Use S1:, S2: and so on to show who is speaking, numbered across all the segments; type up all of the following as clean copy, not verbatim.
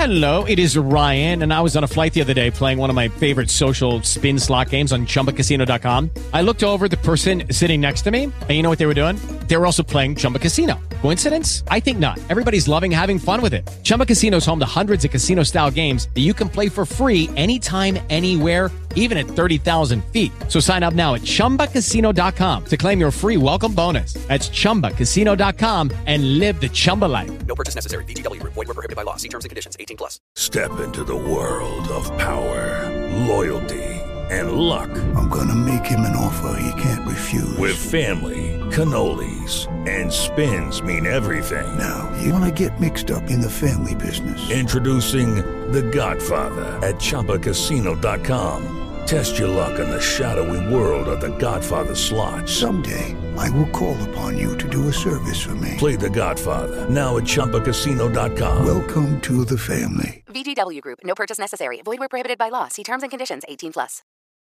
S1: Hello, it is Ryan, and I was on a flight the other day playing one of my favorite social spin slot games on ChumbaCasino.com. I looked over at the person sitting next to me, and you know what they were doing? They were also playing Chumba Casino. Coincidence? I think not. Everybody's loving having fun with it. Chumba Casino is home to hundreds of casino-style games that you can play for free anytime, anywhere, even at 30,000 feet. So sign up now at ChumbaCasino.com to claim your free welcome bonus. That's ChumbaCasino.com and live the Chumba life.
S2: No purchase necessary. VGW. Void were prohibited by law. See terms and conditions. 18+.
S3: Step into the world of power, loyalty, and luck.
S4: I'm gonna make him an offer he can't refuse.
S3: With family, cannolis, and spins mean everything.
S4: Now, you wanna get mixed up in the family business.
S3: Introducing The Godfather at ChumbaCasino.com. Test your luck in the shadowy world of The Godfather slot.
S4: Someday, I will call upon you to do a service for me.
S3: Play The Godfather now at ChumbaCasino.com.
S4: Welcome to the family.
S5: VGW Group. No purchase necessary. Void where prohibited by law. See terms and conditions. 18+.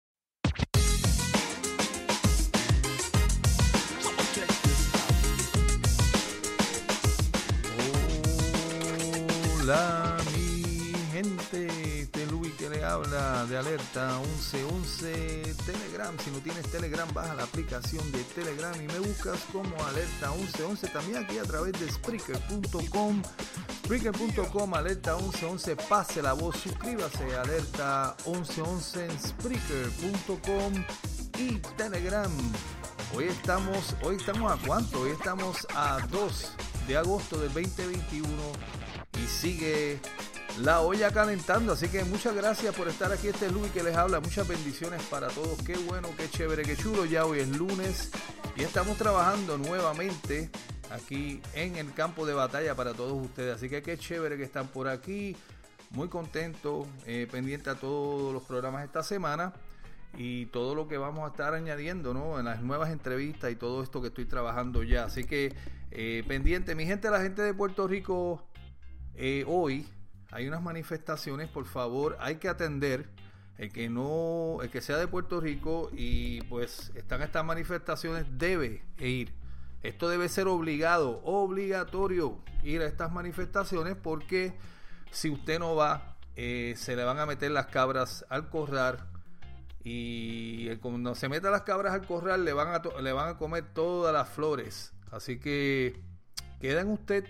S6: Hola mi gente, este es Luis que le habla de Alerta 1111 Telegram. Si no tienes Telegram, baja la aplicación de Telegram y me buscas como Alerta 1111. También aquí a través de Spreaker.com, Alerta 1111. Pase la voz, suscríbase a Alerta 1111 en Spreaker.com y Telegram. Hoy estamos ¿a cuánto? Hoy estamos a 2 de agosto del 2021 y sigue la olla calentando, así que muchas gracias por estar aquí. Este es Luis que les habla, muchas bendiciones para todos. Qué bueno, qué chévere, qué chulo. Ya hoy es lunes y estamos trabajando nuevamente aquí en el campo de batalla para todos ustedes, así que qué chévere que están por aquí. Muy contento, pendiente a todos los programas esta semana y todo lo que vamos a estar añadiendo, ¿no? En las nuevas entrevistas y todo esto que estoy trabajando ya, así que pendiente, mi gente, la gente de Puerto Rico. Hoy hay unas manifestaciones, por favor, hay que atender el que sea de Puerto Rico y pues están estas manifestaciones, debe ir. Esto debe ser obligatorio ir a estas manifestaciones, porque si usted no va, se le van a meter las cabras al corral y cuando se metan las cabras al corral le van a comer todas las flores. Así que queda en usted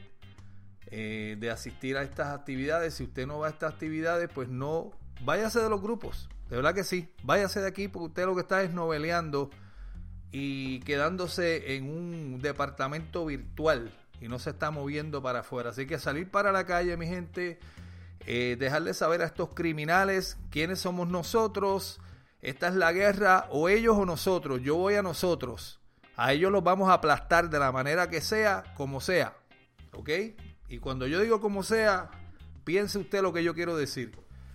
S6: de asistir a estas actividades. Si usted no va a estas actividades, pues no, váyase de los grupos, de verdad que sí, váyase de aquí, porque usted lo que está es noveleando y quedándose en un departamento virtual y no se está moviendo para afuera. Así que salir para la calle, mi gente, dejarle saber a estos criminales quiénes somos nosotros. Esta es la guerra, o ellos o nosotros. Yo voy a nosotros, a ellos los vamos a aplastar de la manera que sea, como sea, ¿ok? Y cuando yo digo como sea, piense usted lo que yo quiero decir.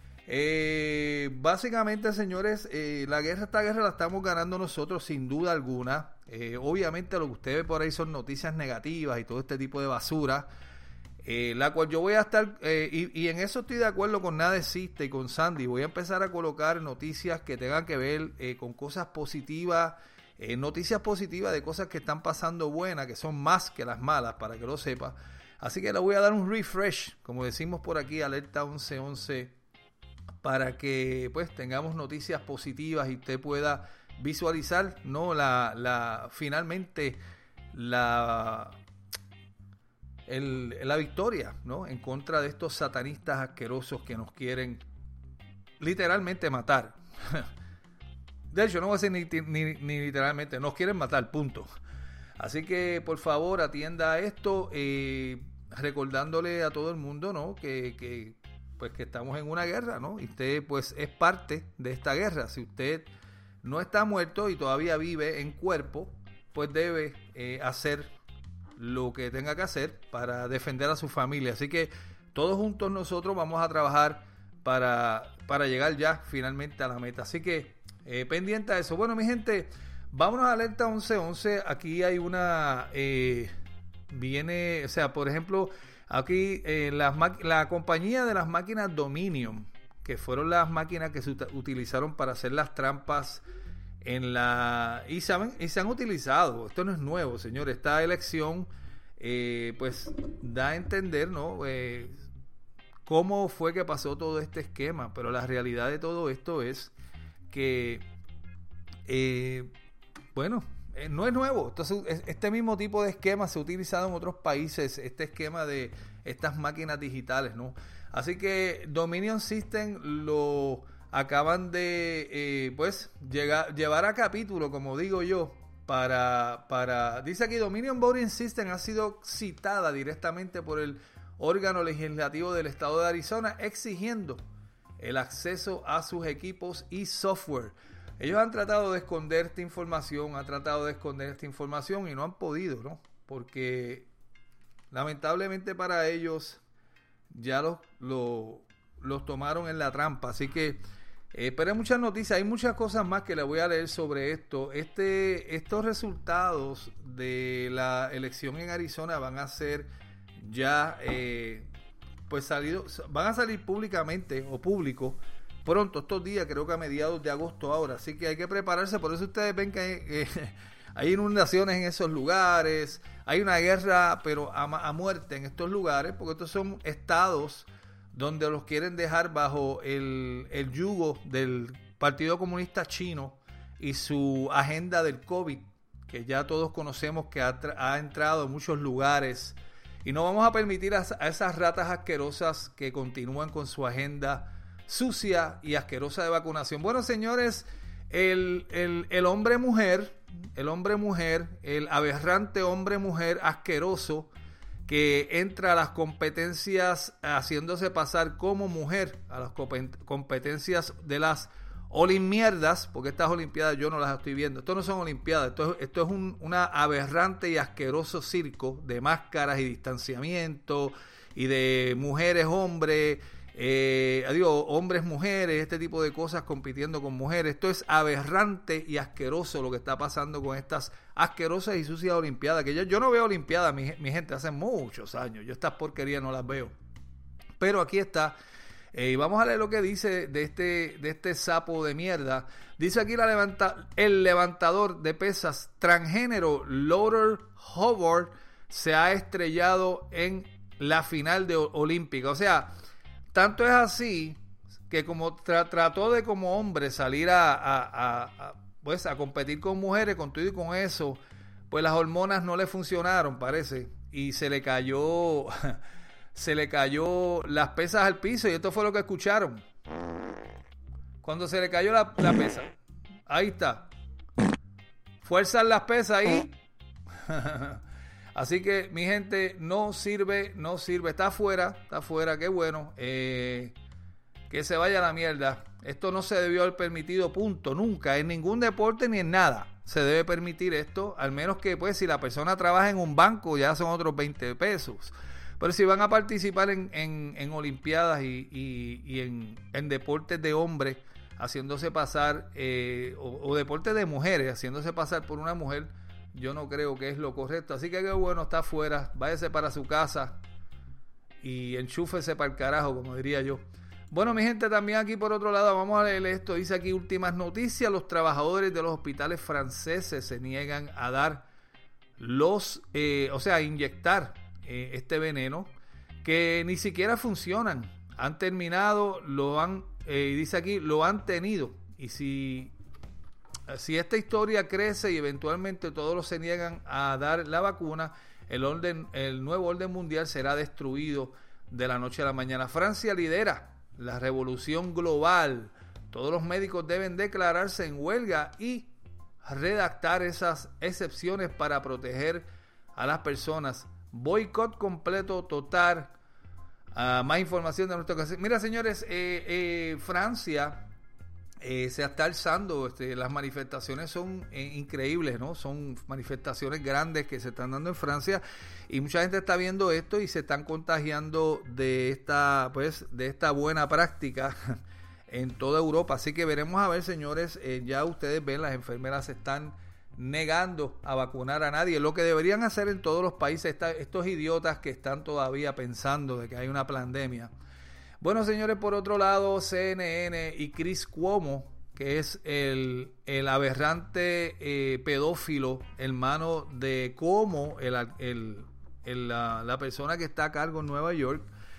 S6: Básicamente, señores, esta guerra la estamos ganando nosotros sin duda alguna. Obviamente lo que usted ve por ahí son noticias negativas y todo este tipo de basura, la cual yo voy a estar, y en eso estoy de acuerdo con Nada Existe y con Sandy. Voy a empezar a colocar noticias que tengan que ver con cosas positivas, noticias positivas de cosas que están pasando buenas, que son más que las malas, para que lo sepa. Así que le voy a dar un refresh, como decimos por aquí, Alerta 1111, para que pues tengamos noticias positivas y usted pueda visualizar, ¿no? Finalmente la victoria, ¿no? En contra de estos satanistas asquerosos que nos quieren literalmente matar. De hecho, no voy a decir ni literalmente, nos quieren matar, punto. Así que por favor atienda a esto, recordándole a todo el mundo, ¿no? que estamos en una guerra, ¿no? Y usted pues es parte de esta guerra. Si usted no está muerto y todavía vive en cuerpo, pues debe hacer lo que tenga que hacer para defender a su familia. Así que todos juntos nosotros vamos a trabajar para llegar ya finalmente a la meta. Así que pendiente a eso. Bueno, mi gente, vámonos a Alerta 1111. Aquí hay una... por ejemplo, aquí la compañía de las máquinas Dominion, que fueron las máquinas que se utilizaron para hacer las trampas y se han utilizado. Esto no es nuevo, señores. Esta elección pues da a entender, ¿no? cómo fue que pasó todo este esquema, pero la realidad de todo esto es que, no es nuevo. Entonces, este mismo tipo de esquema se ha utilizado en otros países, este esquema de estas máquinas digitales, ¿no? Así que Dominion System lo acaban de llevar a capítulo, como digo yo, dice aquí, Dominion Voting System ha sido citada directamente por el órgano legislativo del estado de Arizona exigiendo el acceso a sus equipos y software. Ellos han tratado de esconder esta información, y no han podido, ¿no? Porque lamentablemente para ellos ya los tomaron en la trampa. Así que pero hay muchas noticias, hay muchas cosas más que les voy a leer sobre esto. Estos resultados de la elección en Arizona van a ser ya van a salir públicamente o público pronto, estos días, creo que a mediados de agosto ahora. Así que hay que prepararse. Por eso ustedes ven que hay inundaciones en esos lugares, hay una guerra pero a muerte en estos lugares, porque estos son estados donde los quieren dejar bajo el yugo del Partido Comunista Chino y su agenda del COVID, que ya todos conocemos que ha entrado en muchos lugares. Y no vamos a permitir a esas ratas asquerosas que continúan con su agenda sucia y asquerosa de vacunación. Bueno, señores, el hombre-mujer, el aberrante hombre-mujer asqueroso, que entra a las competencias haciéndose pasar como mujer, a las competencias de las olimpiadas, porque estas olimpiadas yo no las estoy viendo. Esto no son olimpiadas, esto es una aberrante y asqueroso circo de máscaras y distanciamiento y de mujeres, hombres, hombres, mujeres, este tipo de cosas compitiendo con mujeres. Esto es aberrante y asqueroso lo que está pasando con estas asquerosas y sucias olimpiadas, que yo no veo olimpiadas, mi gente, hace muchos años. Yo estas porquerías no las veo. Pero aquí está. Y vamos a leer lo que dice de este sapo de mierda. Dice aquí el levantador de pesas transgénero Loder Howard se ha estrellado en la final de olímpica. O sea, tanto es así que como trató de como hombre salir a competir con mujeres, con todo y con eso, pues las hormonas no le funcionaron, parece, y se le cayó las pesas al piso, y esto fue lo que escucharon. Cuando se le cayó la pesa. Ahí está. Fuerzan las pesas ahí. Así que, mi gente, no sirve. Está afuera, qué bueno. Que se vaya a la mierda. Esto no se debió haber permitido, punto. Nunca, en ningún deporte ni en nada se debe permitir esto. Al menos que, pues, si la persona trabaja en un banco, ya son otros 20 pesos. Pero si van a participar en olimpiadas y en deportes de hombres, haciéndose pasar, o deportes de mujeres, haciéndose pasar por una mujer, yo no creo que es lo correcto. Así que qué bueno, está afuera, váyase para su casa y enchúfese para el carajo, como diría yo. Bueno, mi gente, también aquí por otro lado, vamos a leer esto. Dice aquí, últimas noticias: los trabajadores de los hospitales franceses se niegan a dar a inyectar este veneno, que ni siquiera funcionan. Han terminado, dice aquí, lo han tenido. Y si esta historia crece y eventualmente todos se niegan a dar la vacuna, el nuevo orden mundial será destruido de la noche a la mañana. Francia lidera la revolución global. Todos los médicos deben declararse en huelga y redactar esas excepciones para proteger a las personas. Boicot completo total. Más información de nuestro caso. Mira, señores, Francia se está alzando. Las manifestaciones son increíbles, ¿no? Son manifestaciones grandes que se están dando en Francia, y mucha gente está viendo esto y se están contagiando de esta buena práctica en toda Europa. Así que veremos a ver, señores. Ya ustedes ven, las enfermeras se están negando a vacunar a nadie, lo que deberían hacer en todos los países, estos idiotas que están todavía pensando de que hay una pandemia. Bueno, señores, por otro lado, CNN y Chris Cuomo, que es el aberrante pedófilo, hermano de Cuomo, la persona que está a cargo en Nueva York,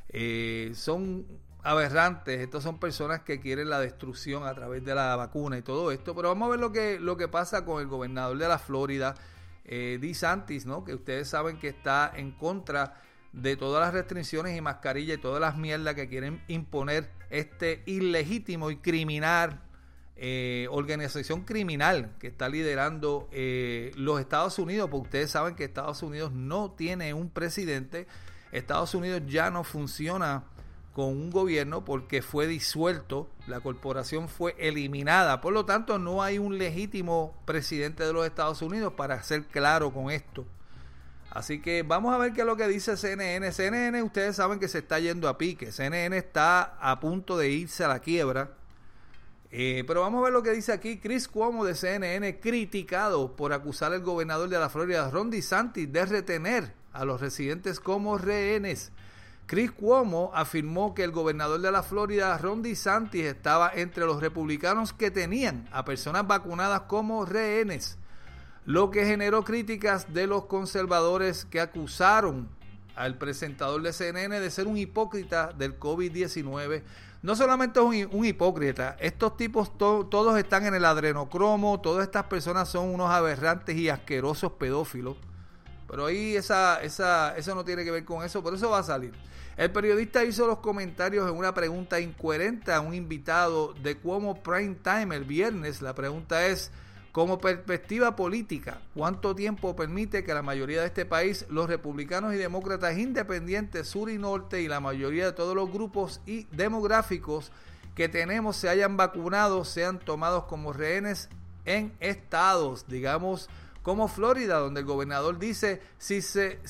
S6: son aberrantes. Estos son personas que quieren la destrucción a través de la vacuna y todo esto. Pero vamos a ver lo que pasa con el gobernador de la Florida, DeSantis, ¿no? Que ustedes saben que está en contra de todas las restricciones y mascarillas y todas las mierdas que quieren imponer este ilegítimo y criminal organización criminal que está liderando los Estados Unidos, porque ustedes saben que Estados Unidos no tiene un presidente. Estados Unidos ya no funciona con un gobierno porque fue disuelto, la corporación fue eliminada, por lo tanto no hay un legítimo presidente de los Estados Unidos, para ser claro con esto. Así que vamos a ver qué es lo que dice CNN. CNN, ustedes saben que se está yendo a pique. CNN está a punto de irse a la quiebra. Pero vamos a ver lo que dice aquí. Chris Cuomo de CNN, criticado por acusar al gobernador de la Florida, Ron DeSantis, de retener a los residentes como rehenes. Chris Cuomo afirmó que el gobernador de la Florida, Ron DeSantis, estaba entre los republicanos que tenían a personas vacunadas como rehenes, lo que generó críticas de los conservadores que acusaron al presentador de CNN de ser un hipócrita del COVID-19. No solamente es un hipócrita, estos tipos todos están en el adrenocromo, todas estas personas son unos aberrantes y asquerosos pedófilos. Pero ahí eso no tiene que ver con eso, pero eso va a salir. El periodista hizo los comentarios en una pregunta incoherente a un invitado de Cuomo Prime Time el viernes. La pregunta es: como perspectiva política, ¿cuánto tiempo permite que la mayoría de este país, los republicanos y demócratas independientes, sur y norte, y la mayoría de todos los grupos y demográficos que tenemos se hayan vacunado, sean tomados como rehenes en estados, digamos, como Florida, donde el gobernador dice, si se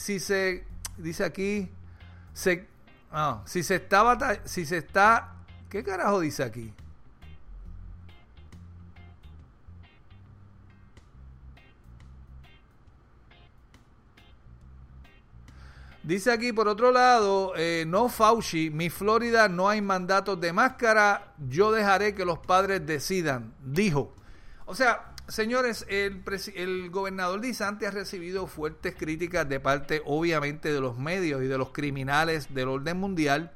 S6: está, ¿qué carajo dice aquí? Dice aquí, por otro lado, no Fauci, mi Florida no hay mandatos de máscara, yo dejaré que los padres decidan, dijo. O sea, señores, el gobernador DeSantis ha recibido fuertes críticas de parte, obviamente, de los medios y de los criminales del orden mundial.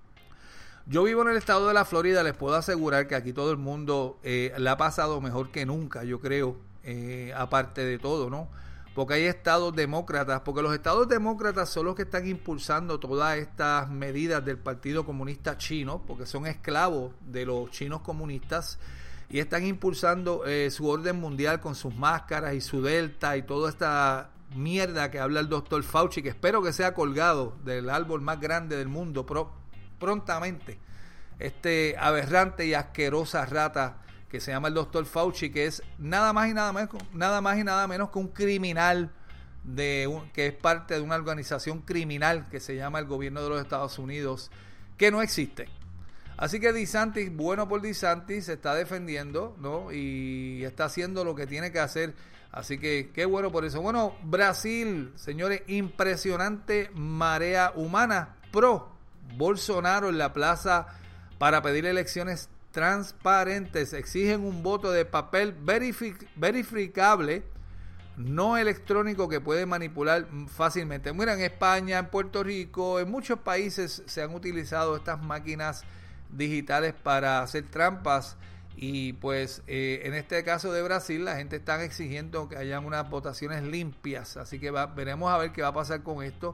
S6: Yo vivo en el estado de la Florida, les puedo asegurar que aquí todo el mundo la ha pasado mejor que nunca, yo creo, aparte de todo, ¿no? Porque hay estados demócratas, porque los estados demócratas son los que están impulsando todas estas medidas del Partido Comunista Chino, porque son esclavos de los chinos comunistas, y están impulsando su orden mundial con sus máscaras y su delta y toda esta mierda que habla el doctor Fauci, que espero que sea colgado del árbol más grande del mundo prontamente. Este aberrante y asquerosa rata que se llama el doctor Fauci, que es nada más y nada menos que un criminal que es parte de una organización criminal que se llama el gobierno de los Estados Unidos, que no existe. Así que DeSantis, bueno por DeSantis, se está defendiendo, ¿no? Y está haciendo lo que tiene que hacer. Así que qué bueno por eso. Bueno, Brasil, señores, impresionante marea humana pro Bolsonaro en la plaza para pedir elecciones transparentes. Exigen un voto de papel verificable, no electrónico, que puede manipular fácilmente. Mira, en España, en Puerto Rico, en muchos países se han utilizado estas máquinas digitales para hacer trampas, y pues en este caso de Brasil la gente está exigiendo que hayan unas votaciones limpias, así que veremos a ver qué va a pasar con esto.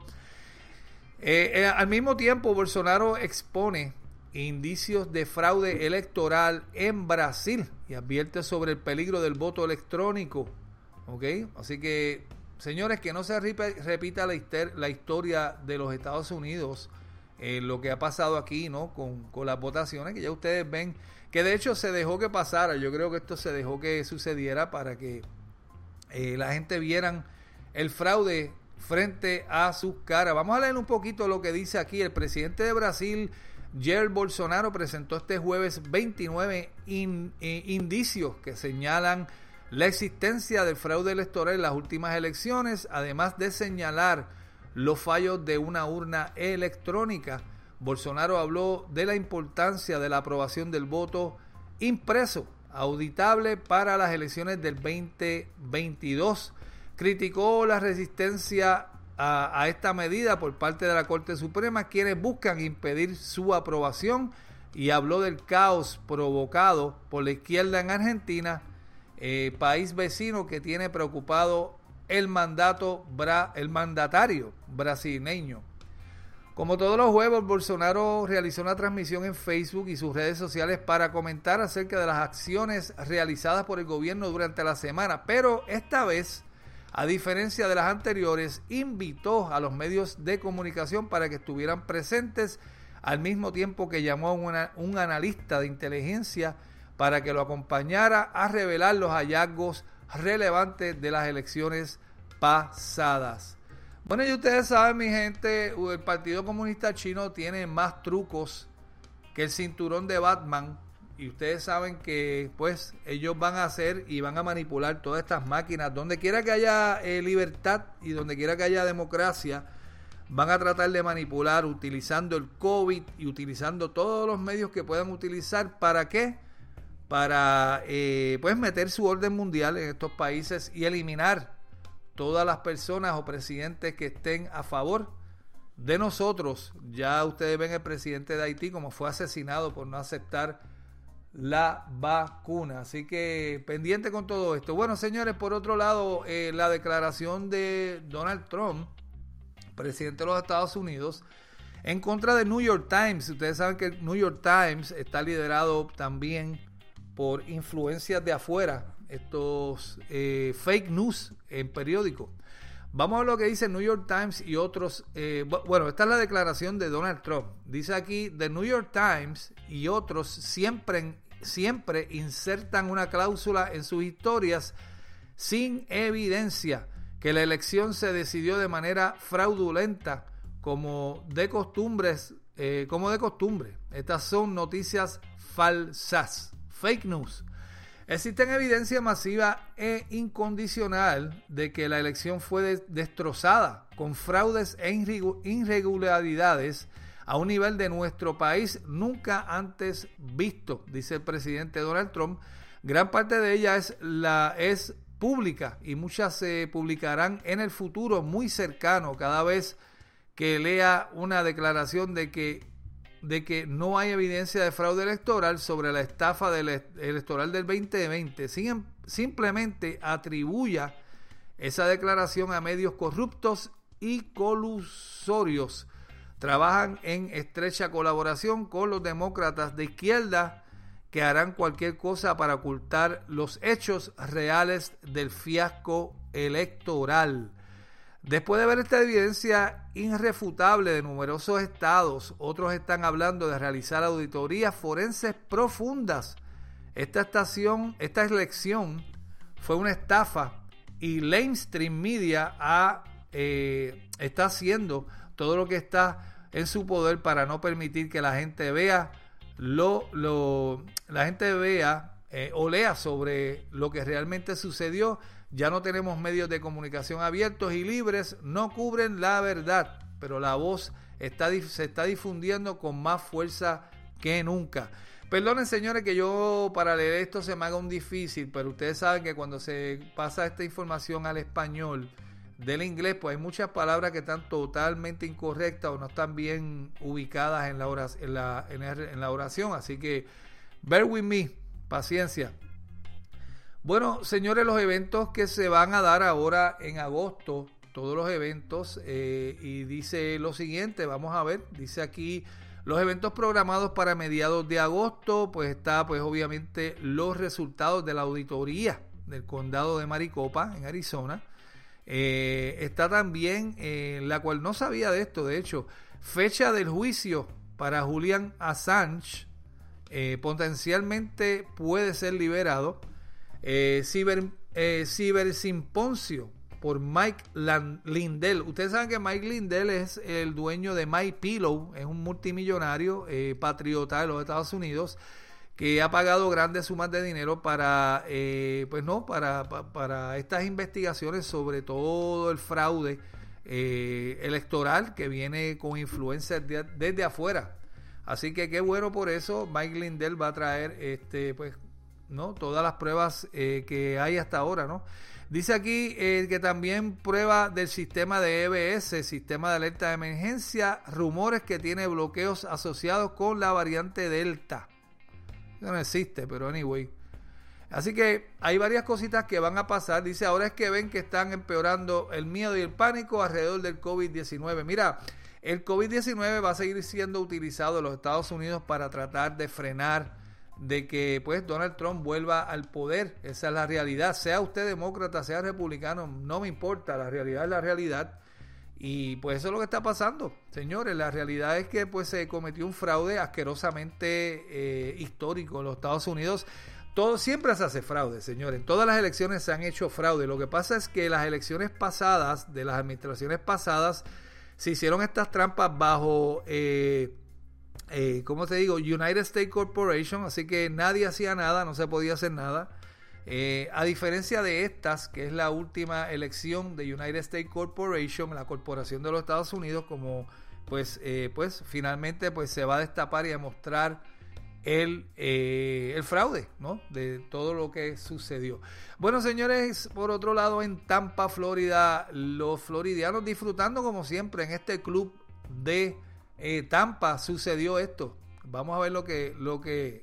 S6: Al mismo tiempo, Bolsonaro expone indicios de fraude electoral en Brasil y advierte sobre el peligro del voto electrónico. ¿Ok? Así que, señores, que no se repita la historia de los Estados Unidos, lo que ha pasado aquí, ¿no? Con las votaciones, que ya ustedes ven que de hecho se dejó que pasara. Yo creo que esto se dejó que sucediera para que la gente vieran el fraude frente a sus caras. Vamos a leer un poquito lo que dice aquí. El presidente de Brasil, Jair Bolsonaro, presentó este jueves 29 indicios que señalan la existencia del fraude electoral en las últimas elecciones, además de señalar los fallos de una urna electrónica. Bolsonaro habló de la importancia de la aprobación del voto impreso, auditable para las elecciones del 2022. Criticó la resistencia a esta medida por parte de la Corte Suprema, quienes buscan impedir su aprobación, y habló del caos provocado por la izquierda en Argentina, país vecino que tiene preocupado el mandatario brasileño. Como todos los jueves, Bolsonaro realizó una transmisión en Facebook y sus redes sociales para comentar acerca de las acciones realizadas por el gobierno durante la semana, pero esta vez, a diferencia de las anteriores, invitó a los medios de comunicación para que estuvieran presentes, al mismo tiempo que llamó a un analista de inteligencia para que lo acompañara a revelar los hallazgos relevantes de las elecciones pasadas. Bueno, y ustedes saben, mi gente, el Partido Comunista Chino tiene más trucos que el cinturón de Batman, y ustedes saben que pues ellos van a hacer y van a manipular todas estas máquinas. Donde quiera que haya libertad y donde quiera que haya democracia, van a tratar de manipular utilizando el COVID y utilizando todos los medios que puedan utilizar. ¿Para qué? Para pues meter su orden mundial en estos países y eliminar todas las personas o presidentes que estén a favor de nosotros. Ya ustedes ven el presidente de Haití como fue asesinado por no aceptar la vacuna. Así que pendiente con todo esto. Bueno, señores, por otro lado, la declaración de Donald Trump, presidente de los Estados Unidos, en contra del New York Times. Ustedes saben que el New York Times está liderado también por influencias de afuera, estos fake news en periódicos. Vamos a ver lo que dice el New York Times y otros. Bueno, esta es la declaración de Donald Trump. Dice aquí: The New York Times y otros siempre insertan una cláusula en sus historias sin evidencia que la elección se decidió de manera fraudulenta, como de costumbre. Estas son noticias falsas, fake news. Existen evidencia masiva e incondicional de que la elección fue destrozada con fraudes e irregularidades a un nivel de nuestro país nunca antes visto, dice el presidente Donald Trump. Gran parte de ella es pública y muchas se publicarán en el futuro muy cercano cada vez que lea una declaración de que no hay evidencia de fraude electoral sobre la estafa electoral del 2020. Simplemente atribuya esa declaración a medios corruptos y colusorios. Trabajan en estrecha colaboración con los demócratas de izquierda, que harán cualquier cosa para ocultar los hechos reales del fiasco electoral. Después de ver esta evidencia irrefutable de numerosos estados, otros están hablando de realizar auditorías forenses profundas. Esta elección fue una estafa y mainstream media está haciendo todo lo que está en su poder para no permitir que la gente vea o lea sobre lo que realmente sucedió. Ya no tenemos medios de comunicación abiertos y libres, no cubren la verdad, pero la voz se está difundiendo con más fuerza que nunca. Perdonen, señores, que yo para leer esto se me haga un difícil, pero ustedes saben que cuando se pasa esta información al español del inglés, pues hay muchas palabras que están totalmente incorrectas o no están bien ubicadas en la oración, así que bear with me, paciencia. Bueno, señores, los eventos que se van a dar ahora en agosto, todos los eventos, y dice lo siguiente, vamos a ver, dice aquí, los eventos programados para mediados de agosto, pues está pues obviamente los resultados de la auditoría del condado de Maricopa en Arizona. Está también, la cual no sabía de esto, de hecho, fecha del juicio para Julian Assange, potencialmente puede ser liberado. Cibersimposio por Mike Lindell. Ustedes saben que Mike Lindell es el dueño de MyPillow, es un multimillonario patriota de los Estados Unidos que ha pagado grandes sumas de dinero para estas investigaciones sobre todo el fraude electoral que viene con influencias desde afuera. Así que qué bueno por eso. Mike Lindell va a traer ¿no? Todas las pruebas que hay hasta ahora, ¿no? Dice aquí que también prueba del sistema de EBS, sistema de alerta de emergencia, rumores que tiene bloqueos asociados con la variante Delta. Eso no existe, pero anyway. Así que hay varias cositas que van a pasar. Dice, ahora es que ven que están empeorando el miedo y el pánico alrededor del COVID-19. Mira, el COVID-19 va a seguir siendo utilizado en los Estados Unidos para tratar de frenar de que pues Donald Trump vuelva al poder. Esa es la realidad. Sea usted demócrata, sea republicano, no me importa. La realidad es la realidad. Y pues eso es lo que está pasando, señores. La realidad es que pues se cometió un fraude asquerosamente histórico en los Estados Unidos. Siempre se hace fraude, señores. En todas las elecciones se han hecho fraude. Lo que pasa es que las elecciones pasadas, de las administraciones pasadas, se hicieron estas trampas bajo, ¿cómo te digo? United States Corporation. Así que nadie hacía nada, no se podía hacer nada. A diferencia de estas, que es la última elección de United States Corporation, la corporación de los Estados Unidos, como pues finalmente pues se va a destapar y a mostrar el fraude, ¿no? De todo lo que sucedió. Bueno, señores, por otro lado, en Tampa, Florida, los floridianos disfrutando como siempre en este club de Tampa sucedió esto. Vamos a ver lo que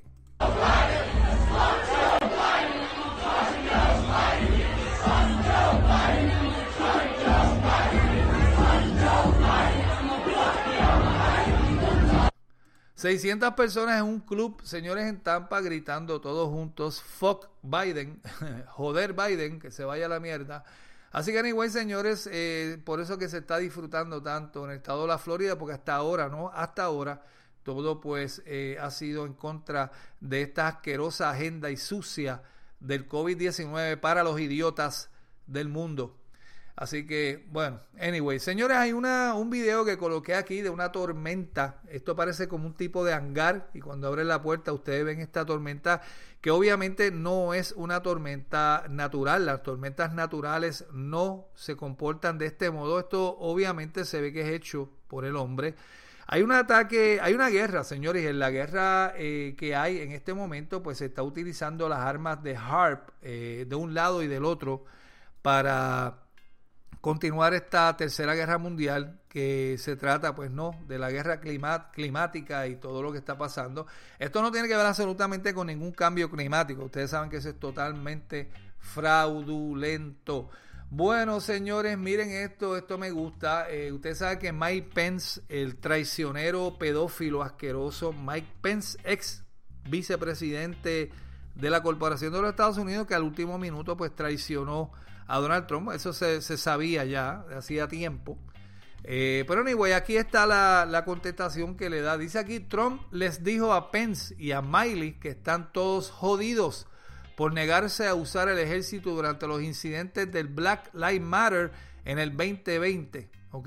S6: 600 personas en un club, señores, en Tampa, gritando todos juntos, fuck Biden, joder Biden, que se vaya a la mierda. Así que anyway, señores, por eso que se está disfrutando tanto en el estado de la Florida, porque hasta ahora, todo pues ha sido en contra de esta asquerosa agenda y sucia del COVID-19 para los idiotas del mundo. Así que, bueno, anyway, señores, hay un video que coloqué aquí de una tormenta. Esto parece como un tipo de hangar y cuando abren la puerta ustedes ven esta tormenta que obviamente no es una tormenta natural. Las tormentas naturales no se comportan de este modo. Esto obviamente se ve que es hecho por el hombre. Hay un ataque, hay una guerra, señores, y en la guerra que hay en este momento pues se está utilizando las armas de HAARP de un lado y del otro para continuar esta tercera guerra mundial, que se trata pues no de la guerra climática y todo lo que está pasando. Esto no tiene que ver absolutamente con ningún cambio climático. Ustedes saben que eso es totalmente fraudulento. Bueno, señores, miren esto me gusta. Ustedes saben que Mike Pence, el traicionero pedófilo asqueroso, Mike Pence, ex vicepresidente de la Corporación de los Estados Unidos, que al último minuto pues traicionó a Donald Trump. Eso se sabía ya, hacía tiempo. Pero anyway, aquí está la contestación que le da. Dice aquí, Trump les dijo a Pence y a Miley que están todos jodidos por negarse a usar el ejército durante los incidentes del Black Lives Matter en el 2020. ¿Ok?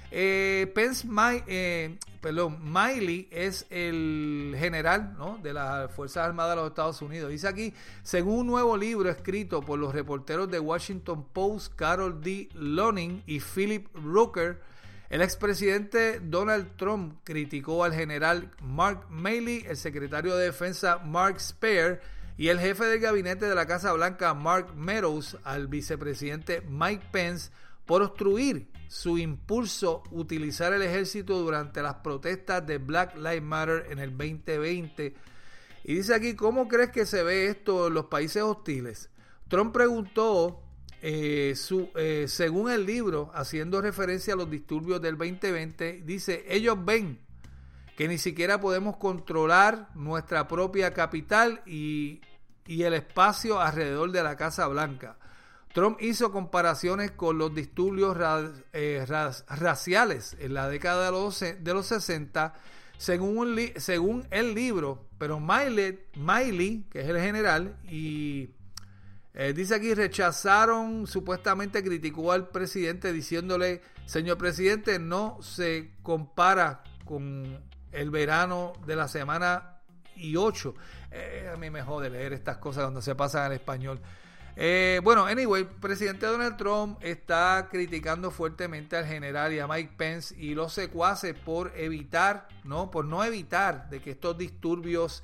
S6: Miley es el general, ¿no?, de las Fuerzas Armadas de los Estados Unidos. Dice aquí, según un nuevo libro escrito por los reporteros de Washington Post, Carol D. Loning y Philip Rooker, el expresidente Donald Trump criticó al general Mark Milley, el secretario de Defensa Mark Speer y el jefe del gabinete de la Casa Blanca Mark Meadows al vicepresidente Mike Pence por obstruir su impulso utilizar el ejército durante las protestas de Black Lives Matter en el 2020. Y dice aquí, ¿cómo crees que se ve esto en los países hostiles? Trump preguntó, según el libro, haciendo referencia a los disturbios del 2020, dice, ellos ven que ni siquiera podemos controlar nuestra propia capital y el espacio alrededor de la Casa Blanca. Trump hizo comparaciones con los disturbios raciales en la década de los 60, según el libro, pero Miley, que es el general, y dice aquí, supuestamente criticó al presidente diciéndole, señor presidente, no se compara con el verano de la semana y 8. A mí me jode leer estas cosas cuando se pasan al español. Bueno, anyway, el presidente Donald Trump está criticando fuertemente al general y a Mike Pence y los secuaces por no evitar de que estos disturbios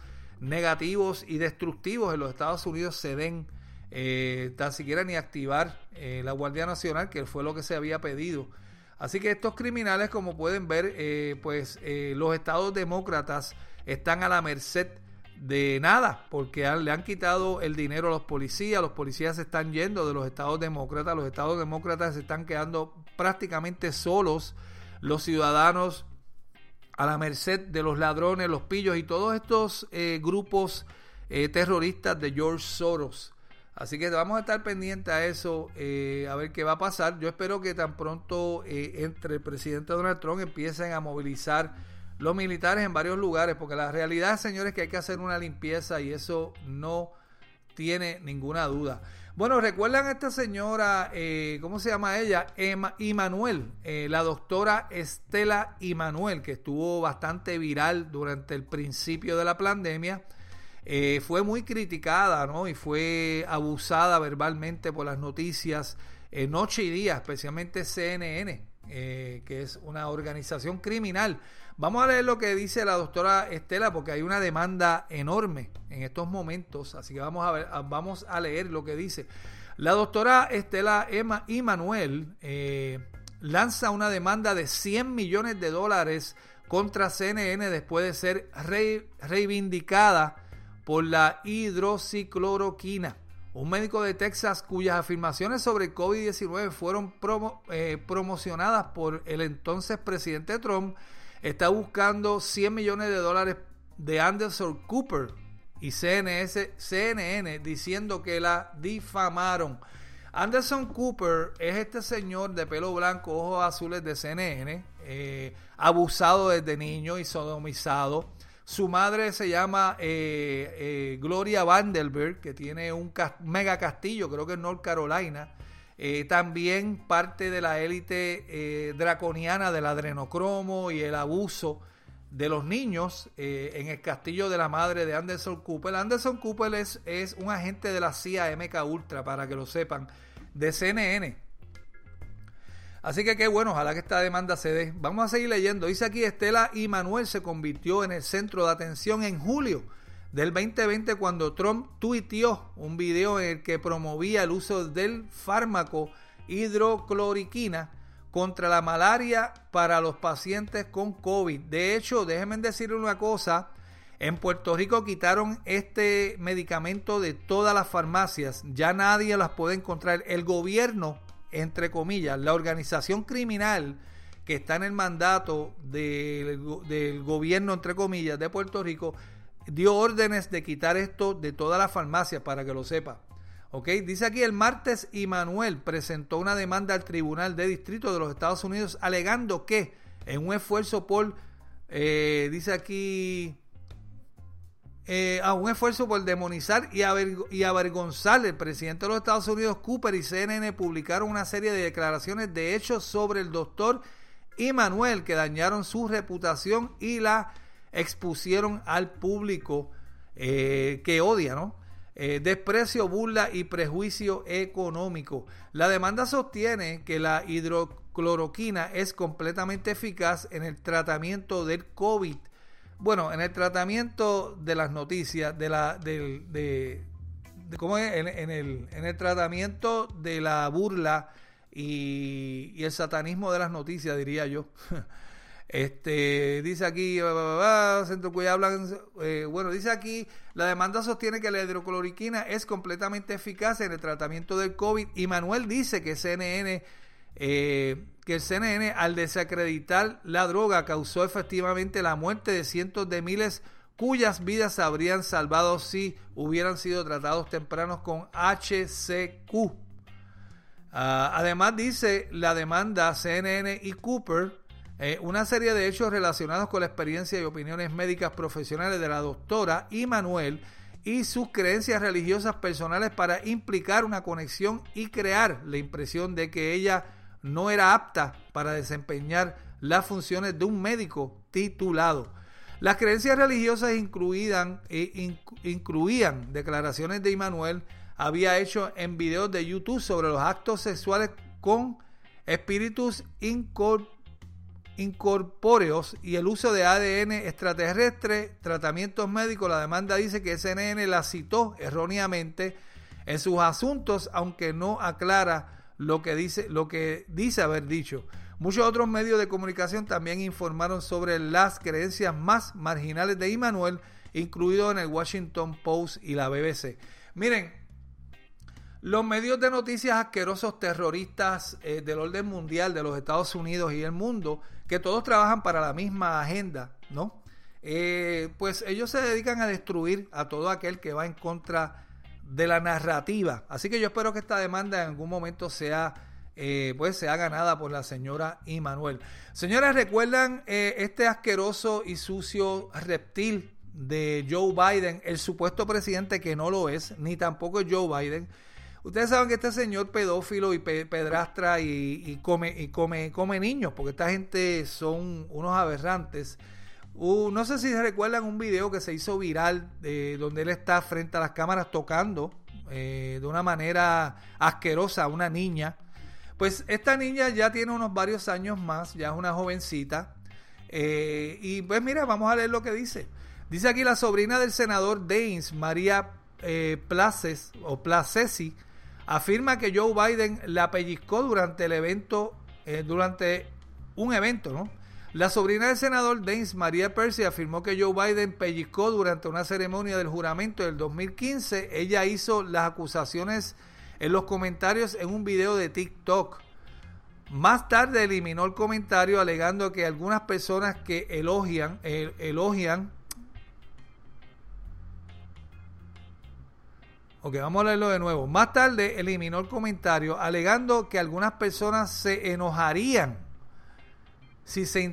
S6: negativos y destructivos en los Estados Unidos se den, tan siquiera ni activar la Guardia Nacional, que fue lo que se había pedido. Así que estos criminales, como pueden ver, los estados demócratas están a la merced de nada, porque le han quitado el dinero a los policías se están yendo de los estados demócratas se están quedando prácticamente solos, los ciudadanos a la merced de los ladrones, los pillos y todos estos grupos terroristas de George Soros. Así que vamos a estar pendientes a eso, a ver qué va a pasar. Yo espero que tan pronto entre el presidente Donald Trump empiecen a movilizar los militares en varios lugares, porque la realidad, señores, es que hay que hacer una limpieza y eso no tiene ninguna duda. Bueno, ¿recuerdan a esta señora, cómo se llama ella? Immanuel, la doctora Estela Immanuel, que estuvo bastante viral durante el principio de la pandemia. Fue muy criticada, ¿no? Y fue abusada verbalmente por las noticias noche y día, especialmente CNN, que es una organización criminal. Vamos a leer lo que dice la doctora Estela, porque hay una demanda enorme en estos momentos, así que vamos a leer lo que dice. La doctora Estela Immanuel lanza una demanda de $100 millones contra CNN después de ser reivindicada por la hidroxicloroquina. Un médico de Texas cuyas afirmaciones sobre COVID-19 fueron promocionadas por el entonces presidente Trump está buscando $100 millones de Anderson Cooper y CNN diciendo que la difamaron. Anderson Cooper es este señor de pelo blanco, ojos azules de CNN, abusado desde niño y sodomizado. Su madre se llama Gloria Vanderbilt, que tiene un mega castillo, creo que en North Carolina. También parte de la élite draconiana del adrenocromo y el abuso de los niños en el castillo de la madre de Anderson Cooper. Anderson Cooper es un agente de la CIA MK Ultra, para que lo sepan, de CNN. Así que qué bueno, ojalá que esta demanda se dé. Vamos a seguir leyendo. Dice aquí, Estela Immanuel se convirtió en el centro de atención en julio del 2020 cuando Trump tuiteó un video en el que promovía el uso del fármaco hidrocloroquina contra la malaria para los pacientes con COVID. De hecho, déjenme decirle una cosa, en Puerto Rico quitaron este medicamento de todas las farmacias, ya nadie las puede encontrar. El gobierno, entre comillas, la organización criminal que está en el mandato del gobierno, entre comillas, de Puerto Rico, dio órdenes de quitar esto de todas las farmacias, para que lo sepa. ¿Ok? Dice aquí, el martes Immanuel presentó una demanda al Tribunal de Distrito de los Estados Unidos alegando que en un esfuerzo por, dice aquí, un esfuerzo por demonizar y avergonzar el presidente de los Estados Unidos, Cooper y CNN publicaron una serie de declaraciones de hechos sobre el doctor Immanuel que dañaron su reputación y la expusieron al público que odia, ¿no? Desprecio, burla y prejuicio económico. La demanda sostiene que la hidrocloroquina es completamente eficaz en el tratamiento del COVID. Bueno, en el tratamiento de las noticias, ¿cómo es? En el tratamiento de la burla y el satanismo de las noticias, diría yo. Dice aquí, centro cuya hablan, dice aquí, la demanda sostiene que la hidrocloroquina es completamente eficaz en el tratamiento del COVID. Y Manuel dice que el CNN al desacreditar la droga causó efectivamente la muerte de cientos de miles cuyas vidas se habrían salvado si hubieran sido tratados tempranos con HCQ. Además dice la demanda CNN y Cooper una serie de hechos relacionados con la experiencia y opiniones médicas profesionales de la doctora Immanuel y sus creencias religiosas personales para implicar una conexión y crear la impresión de que ella no era apta para desempeñar las funciones de un médico titulado. Las creencias religiosas incluían declaraciones de Immanuel había hecho en videos de YouTube sobre los actos sexuales con espíritus incorpóreos y el uso de ADN extraterrestre, tratamientos médicos. La demanda dice que CNN la citó erróneamente en sus asuntos, aunque no aclara lo que dice haber dicho. Muchos otros medios de comunicación también informaron sobre las creencias más marginales de Immanuel, incluido en el Washington Post y la BBC. Miren, los medios de noticias asquerosos terroristas del orden mundial de los Estados Unidos y el mundo, que todos trabajan para la misma agenda, ¿no? Pues ellos se dedican a destruir a todo aquel que va en contra de la narrativa. Así que yo espero que esta demanda en algún momento sea ganada por la señora Immanuel. Señores, ¿recuerdan este asqueroso y sucio reptil de Joe Biden, el supuesto presidente que no lo es, ni tampoco es Joe Biden? Ustedes saben que este señor pedófilo y pedrastra y come niños, porque esta gente son unos aberrantes. No sé si se recuerdan un video que se hizo viral donde él está frente a las cámaras tocando de una manera asquerosa a una niña. Pues esta niña ya tiene unos varios años más, ya es una jovencita. Y pues mira, vamos a leer lo que dice. Dice aquí: la sobrina del senador Daines, María Placesi, afirma que Joe Biden la pellizcó durante un evento, ¿no? La sobrina del senador Daines, María Percy, afirmó que Joe Biden pellizcó durante una ceremonia del juramento del 2015. Ella hizo las acusaciones en los comentarios en un video de TikTok. Más tarde eliminó el comentario alegando que algunas personas que elogian Ok, vamos a leerlo de nuevo. Más tarde eliminó el comentario alegando que algunas personas se enojarían si se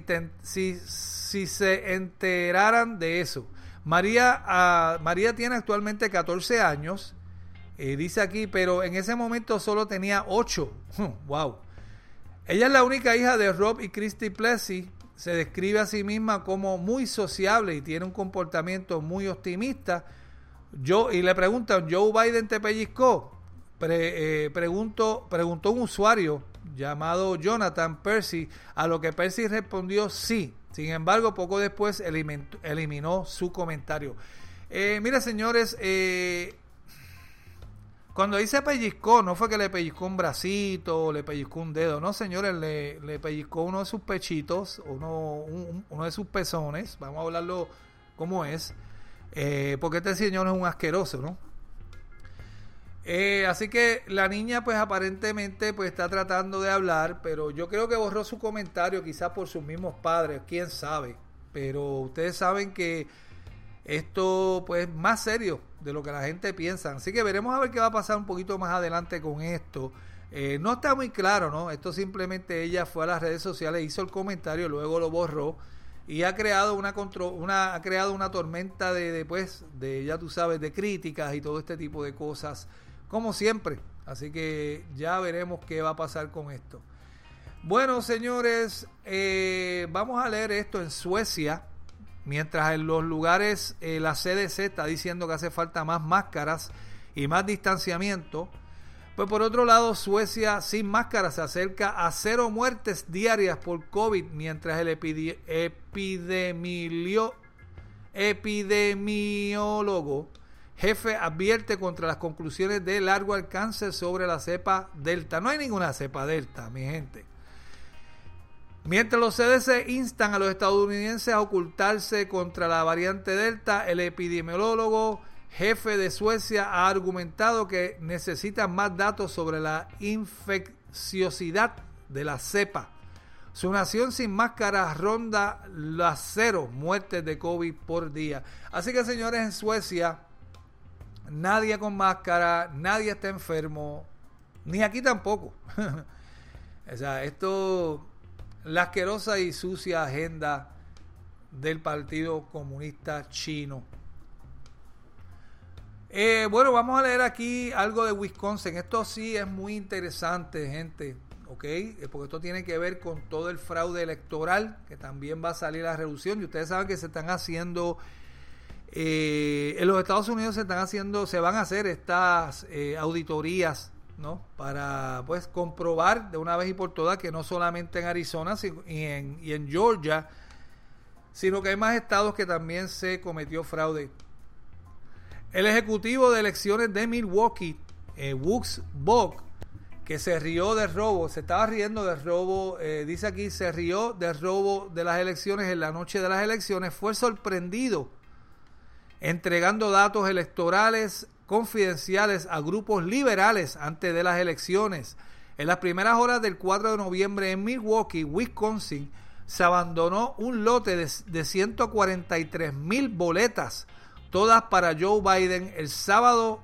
S6: enteraran de eso. María tiene actualmente 14 años, dice aquí, pero en ese momento solo tenía 8. ¡Wow! Ella es la única hija de Rob y Christy Plessy. Se describe a sí misma como muy sociable y tiene un comportamiento muy optimista. Y le preguntan: ¿Joe Biden te pellizcó? Preguntó un usuario llamado Jonathan Percy, a lo que Percy respondió sí. Sin embargo, poco después eliminó su comentario. Mira, señores, cuando dice pellizcó, no fue que le pellizcó un bracito o le pellizcó un dedo, no, señores, le pellizcó uno de sus pechitos, uno de sus pezones. Vamos a hablarlo como es. Porque este señor es un asqueroso, ¿no? Así que la niña pues aparentemente pues está tratando de hablar, pero yo creo que borró su comentario quizás por sus mismos padres, quién sabe. Pero ustedes saben que esto pues es más serio de lo que la gente piensa. Así que veremos a ver qué va a pasar un poquito más adelante con esto. No está muy claro, ¿no? Esto simplemente ella fue a las redes sociales, hizo el comentario, luego lo borró. Y ha creado una tormenta de ya tú sabes, de críticas y todo este tipo de cosas, como siempre. Así que ya veremos qué va a pasar con esto. Bueno, señores, vamos a leer esto en Suecia. Mientras en los lugares la CDC está diciendo que hace falta más máscaras y más distanciamiento, pues por otro lado, Suecia sin máscara se acerca a 0 muertes diarias por COVID, mientras el epidemiólogo jefe advierte contra las conclusiones de largo alcance sobre la cepa Delta. No hay ninguna cepa Delta, mi gente. Mientras los CDC instan a los estadounidenses a ocultarse contra la variante Delta, el epidemiólogo jefe de Suecia ha argumentado que necesitan más datos sobre la infecciosidad de la cepa. Su nación sin máscara ronda las 0 muertes de COVID por día. Así que, señores, en Suecia nadie con máscara, nadie está enfermo, ni aquí tampoco. O sea, la asquerosa y sucia agenda del Partido Comunista Chino. Bueno, vamos a leer aquí algo de Wisconsin. Esto sí es muy interesante, gente, ¿ok? Porque esto tiene que ver con todo el fraude electoral, que también va a salir a reducción. Y ustedes saben que se están haciendo, en los Estados Unidos se van a hacer estas auditorías ¿no? Para pues comprobar de una vez y por todas que no solamente en Arizona y en Georgia, sino que hay más estados que también se cometió fraude. El ejecutivo de elecciones de Milwaukee, Wooks Bog, que se rió del robo, se estaba riendo del robo, dice aquí, se rió del robo de las elecciones en la noche de las elecciones, fue sorprendido entregando datos electorales confidenciales a grupos liberales antes de las elecciones. En las primeras horas del 4 de noviembre en Milwaukee, Wisconsin, se abandonó un lote de 143,000 boletas, todas para Joe Biden. El sábado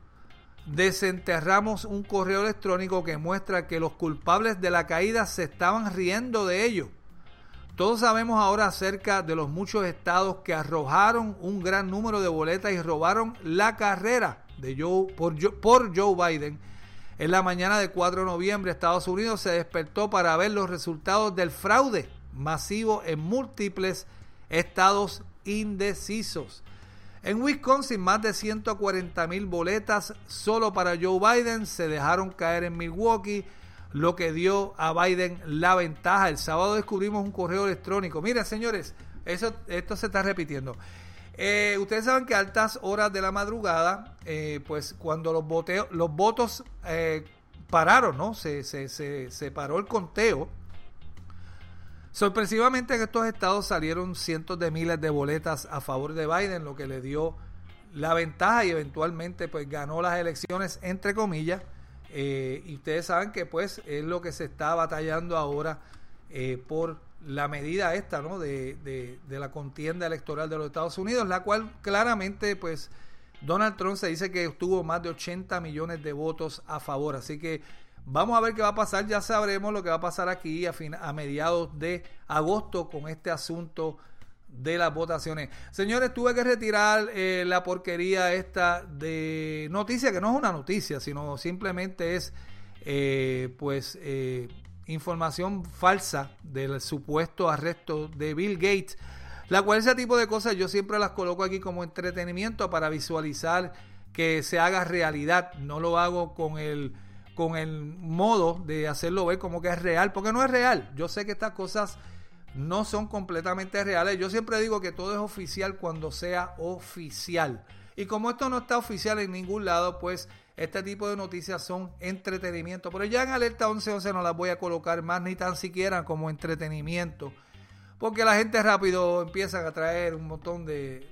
S6: desenterramos un correo electrónico que muestra que los culpables de la caída se estaban riendo de ello. Todos sabemos ahora acerca de los muchos estados que arrojaron un gran número de boletas y robaron la carrera de por Joe Biden. En la mañana del 4 de noviembre, Estados Unidos se despertó para ver los resultados del fraude masivo en múltiples estados indecisos. En Wisconsin, más de 140,000 boletas solo para Joe Biden se dejaron caer en Milwaukee, lo que dio a Biden la ventaja. El sábado descubrimos un correo electrónico. Miren, señores, esto se está repitiendo. Ustedes saben que a altas horas de la madrugada, pues cuando los votos pararon, ¿no? Se paró el conteo. Sorpresivamente en estos estados salieron cientos de miles de boletas a favor de Biden, lo que le dio la ventaja y eventualmente pues ganó las elecciones, entre comillas. Y ustedes saben que pues es lo que se está batallando ahora por la medida esta, ¿no? de la contienda electoral de los Estados Unidos, la cual claramente pues Donald Trump se dice que obtuvo más de 80 millones de votos a favor. Así que vamos a ver qué va a pasar. Ya sabremos lo que va a pasar aquí a mediados de agosto con este asunto de las votaciones. Señores, tuve que retirar la porquería esta de noticia, que no es una noticia, sino simplemente es información falsa del supuesto arresto de Bill Gates, la cual ese tipo de cosas yo siempre las coloco aquí como entretenimiento para visualizar que se haga realidad. No lo hago con el modo de hacerlo ver como que es real, porque no es real. Yo sé que estas cosas no son completamente reales. Yo siempre digo que todo es oficial cuando sea oficial. Y como esto no está oficial en ningún lado, pues este tipo de noticias son entretenimiento. Pero ya en Alerta 1111 no las voy a colocar más ni tan siquiera como entretenimiento, porque la gente rápido empieza a traer un montón de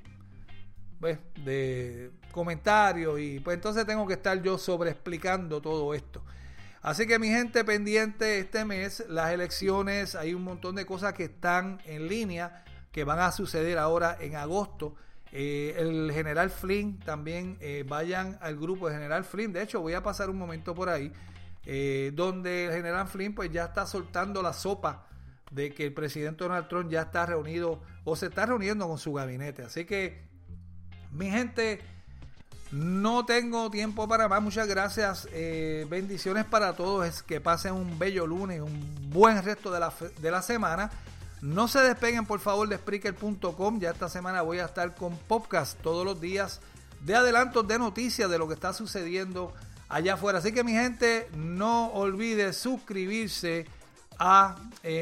S6: comentarios y pues entonces tengo que estar yo sobreexplicando todo esto. Así que mi gente, pendiente este mes, las elecciones, hay un montón de cosas que están en línea, que van a suceder ahora en agosto. El general Flynn también, vayan al grupo de general Flynn. De hecho, voy a pasar un momento por ahí, donde el general Flynn pues ya está soltando la sopa de que el presidente Donald Trump ya está reunido o se está reuniendo con su gabinete. Así que, mi gente, no tengo tiempo para más. Muchas gracias. Bendiciones para todos. Es que pasen un bello lunes, un buen resto de la semana. No se despeguen, por favor, de Spreaker.com. Ya esta semana voy a estar con podcast todos los días de adelantos de noticias de lo que está sucediendo allá afuera. Así que, mi gente, no olvide suscribirse a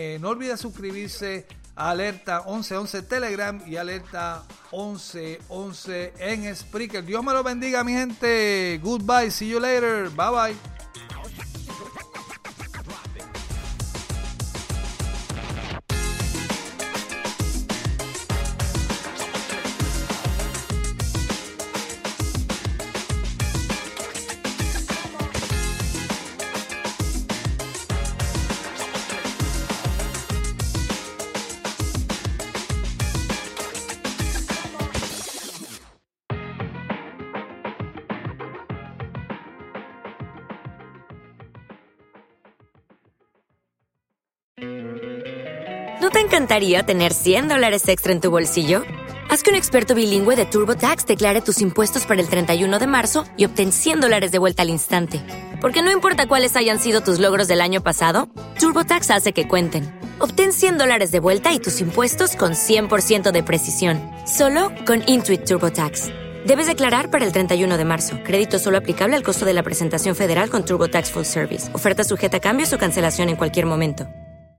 S6: Alerta 1111 Telegram y Alerta 1111 en Spreaker. Dios me lo bendiga, mi gente. Goodbye, see you later. Bye bye.
S7: ¿No te encantaría tener $100 extra en tu bolsillo? Haz que un experto bilingüe de TurboTax declare tus impuestos para el 31 de marzo y obtén $100 de vuelta al instante. Porque no importa cuáles hayan sido tus logros del año pasado, TurboTax hace que cuenten. Obtén $100 de vuelta y tus impuestos con 100% de precisión. Solo con Intuit TurboTax. Debes declarar para el 31 de marzo. Crédito solo aplicable al costo de la presentación federal con TurboTax Full Service. Oferta sujeta a cambios o cancelación en cualquier momento.